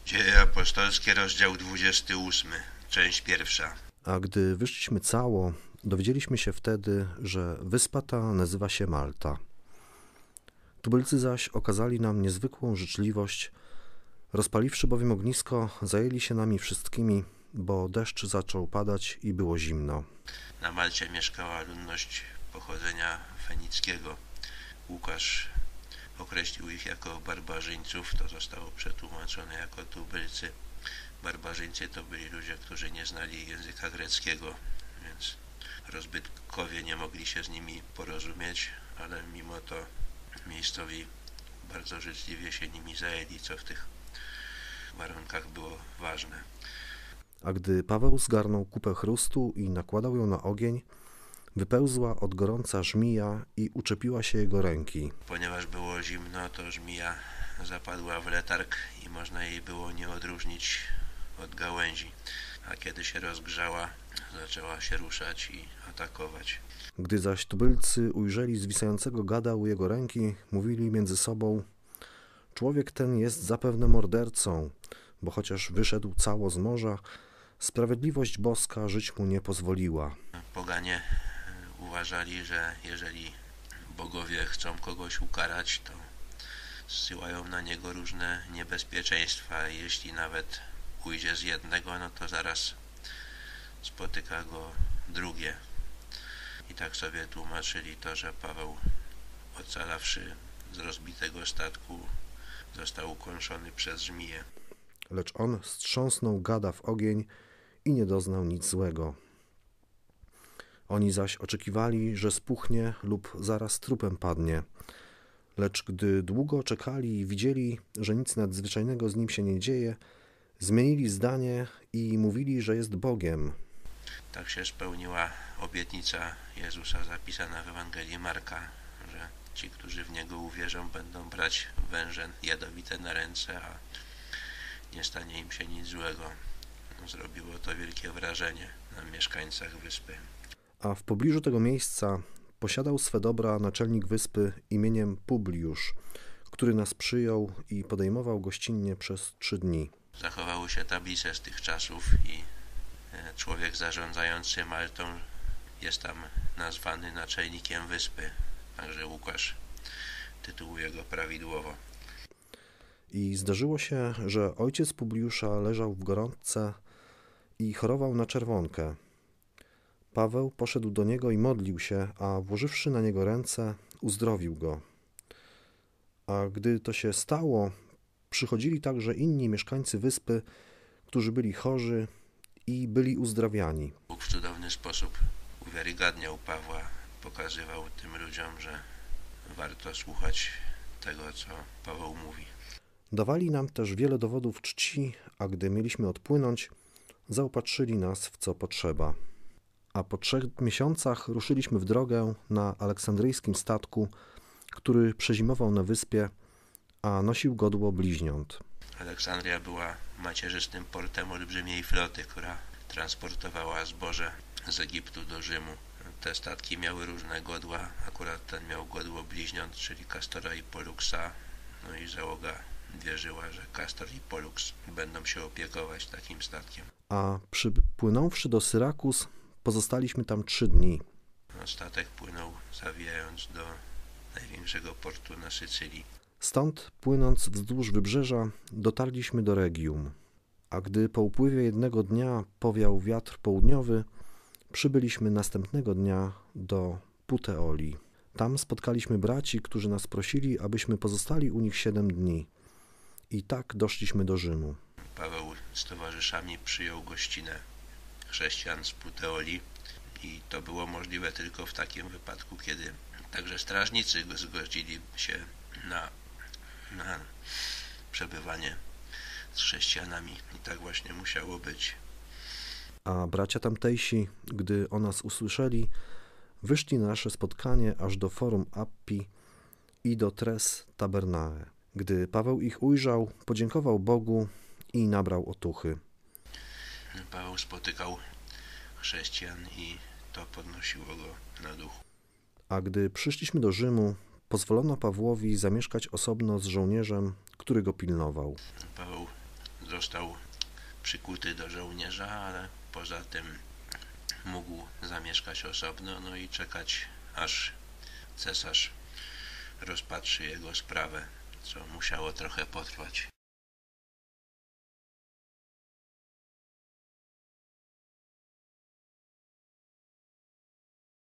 Dzieje apostolskie, rozdział 28, część pierwsza. A gdy wyszliśmy cało, dowiedzieliśmy się wtedy, że wyspa ta nazywa się Malta. Tubylcy zaś okazali nam niezwykłą życzliwość, rozpaliwszy bowiem ognisko, zajęli się nami wszystkimi, bo deszcz zaczął padać i było zimno. Na Malcie mieszkała ludność pochodzenia fenickiego. Łukasz określił ich jako barbarzyńców, to zostało przetłumaczone jako tubylcy. Barbarzyńcy to byli ludzie, którzy nie znali języka greckiego, więc rozbytkowie nie mogli się z nimi porozumieć, ale mimo to miejscowi bardzo życzliwie się nimi zajęli, co w tych warunkach było ważne. A gdy Paweł zgarnął kupę chrustu i nakładał ją na ogień, wypełzła od gorąca żmija i uczepiła się jego ręki. Ponieważ było zimno, to żmija zapadła w letarg i można jej było nie odróżnić od gałęzi, a kiedy się rozgrzała, zaczęła się ruszać i atakować. Gdy zaś tubylcy ujrzeli zwisającego gada u jego ręki, mówili między sobą: człowiek ten jest zapewne mordercą, bo chociaż wyszedł cało z morza, sprawiedliwość boska żyć mu nie pozwoliła. Poganie uważali, że jeżeli bogowie chcą kogoś ukarać, to zsyłają na niego różne niebezpieczeństwa. Jeśli nawet ujdzie z jednego, no to zaraz spotyka go drugie. I tak sobie tłumaczyli to, że Paweł, ocalawszy z rozbitego statku, został ukąszony przez żmiję. Lecz on strząsnął gada w ogień i nie doznał nic złego. Oni zaś oczekiwali, że spuchnie lub zaraz trupem padnie. Lecz gdy długo czekali i widzieli, że nic nadzwyczajnego z nim się nie dzieje, zmienili zdanie i mówili, że jest Bogiem. Tak się spełniła obietnica Jezusa zapisana w Ewangelii Marka, że ci, którzy w Niego uwierzą, będą brać węże jadowite na ręce, a nie stanie im się nic złego. Zrobiło to wielkie wrażenie na mieszkańcach wyspy. A w pobliżu tego miejsca posiadał swe dobra naczelnik wyspy imieniem Publiusz, który nas przyjął i podejmował gościnnie przez 3 dni. Zachowały się tablice z tych czasów i człowiek zarządzający Maltą jest tam nazwany naczelnikiem wyspy, także Łukasz tytułuje go prawidłowo. I zdarzyło się, że ojciec Publiusza leżał w gorączce i chorował na czerwonkę. Paweł poszedł do niego i modlił się, a włożywszy na niego ręce, uzdrowił go. A gdy to się stało, przychodzili także inni mieszkańcy wyspy, którzy byli chorzy i byli uzdrawiani. Bóg w cudowny sposób uwiarygadniał Pawła, pokazywał tym ludziom, że warto słuchać tego, co Paweł mówi. Dawali nam też wiele dowodów czci, a gdy mieliśmy odpłynąć, zaopatrzyli nas w co potrzeba. A po 3 miesiącach ruszyliśmy w drogę na aleksandryjskim statku, który przezimował na wyspie, a nosił godło bliźniąt. Aleksandria była macierzystym portem olbrzymiej floty, która transportowała zboże z Egiptu do Rzymu. Te statki miały różne godła, akurat ten miał godło bliźniąt, czyli Castora i Polluxa, no i załoga wierzyła, że Castor i Pollux będą się opiekować takim statkiem. A przypłynąwszy do Syrakus, pozostaliśmy tam 3 dni. Statek płynął zawijając do największego portu na Sycylii. Stąd, płynąc wzdłuż wybrzeża, dotarliśmy do Regium. A gdy po upływie jednego dnia powiał wiatr południowy, przybyliśmy następnego dnia do Puteoli. Tam spotkaliśmy braci, którzy nas prosili, abyśmy pozostali u nich 7 dni. I tak doszliśmy do Rzymu. Paweł z towarzyszami przyjął gościnę chrześcijan z Puteoli i to było możliwe tylko w takim wypadku, kiedy także strażnicy zgodzili się na przebywanie z chrześcijanami i tak właśnie musiało być. A bracia tamtejsi, gdy o nas usłyszeli, wyszli na nasze spotkanie aż do Forum Appi i do Tres Tabernae. Gdy Paweł ich ujrzał, podziękował Bogu i nabrał otuchy. Paweł spotykał chrześcijan i to podnosiło go na duchu. A gdy przyszliśmy do Rzymu, pozwolono Pawłowi zamieszkać osobno z żołnierzem, który go pilnował. Paweł został przykuty do żołnierza, ale poza tym mógł zamieszkać osobno, no i czekać, aż cesarz rozpatrzy jego sprawę, co musiało trochę potrwać.